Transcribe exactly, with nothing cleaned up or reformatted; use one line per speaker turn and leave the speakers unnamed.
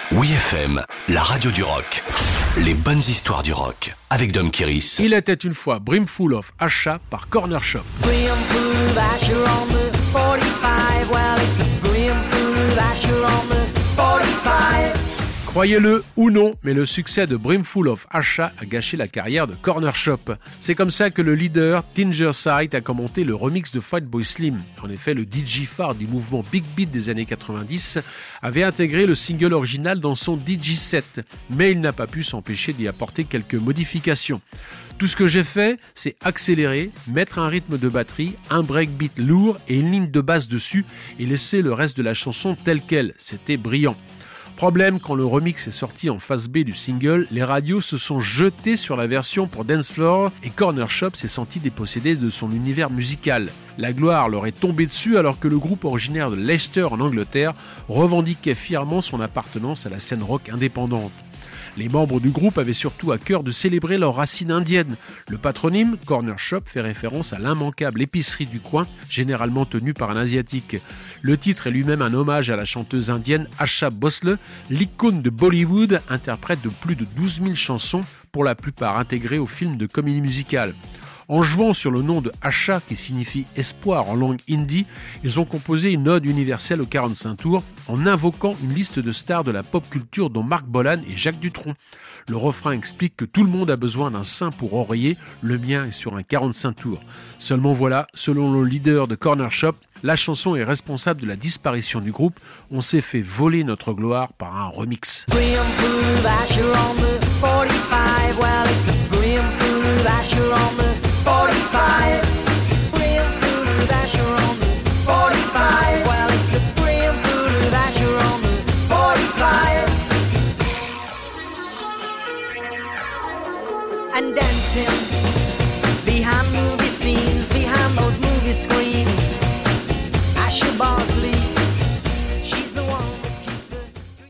Oui F M, la radio du rock. Les bonnes histoires du rock avec Dom Kiris.
Il était une fois Brimful of Asha par Corner Shop.
Brimful of Asher on the forty-five. Well, it's a brimful of Asher on the forty-five.
Croyez-le ou non, mais le succès de Brimful of Asha a gâché la carrière de Corner Shop. C'est comme ça que le leader, Ginger Sight, a commenté le remix de Fatboy Slim. En effet, le D J phare du mouvement Big Beat des années quatre-vingt-dix avait intégré le single original dans son D J set, mais il n'a pas pu s'empêcher d'y apporter quelques modifications. Tout ce que j'ai fait, c'est accélérer, mettre un rythme de batterie, un breakbeat lourd et une ligne de basse dessus et laisser le reste de la chanson telle quelle. C'était brillant. Problème, quand le remix est sorti en face B du single, les radios se sont jetées sur la version pour Dance Floor et Corner Shop s'est senti dépossédé de son univers musical. La gloire leur est tombée dessus alors que le groupe originaire de Leicester en Angleterre revendiquait fièrement son appartenance à la scène rock indépendante. Les membres du groupe avaient surtout à cœur de célébrer leurs racines indiennes. Le patronyme, Corner Shop, fait référence à l'immanquable épicerie du coin, généralement tenue par un asiatique. Le titre est lui-même un hommage à la chanteuse indienne Asha Bhosle, l'icône de Bollywood, interprète de plus de douze mille chansons, pour la plupart intégrées au film de comédie musicale. En jouant sur le nom de Asha, qui signifie espoir en langue hindi, ils ont composé une ode universelle aux quarante-cinq tours en invoquant une liste de stars de la pop culture dont Marc Bolan et Jacques Dutronc. Le refrain explique que tout le monde a besoin d'un sein pour oreiller, le mien est sur un quarante-cinq tours. Seulement voilà, selon le leader de Corner Shop, la chanson est responsable de la disparition du groupe. On s'est fait voler notre gloire par un remix.
And dancing behind movie scenes, behind those movie screens. Asher Bhosle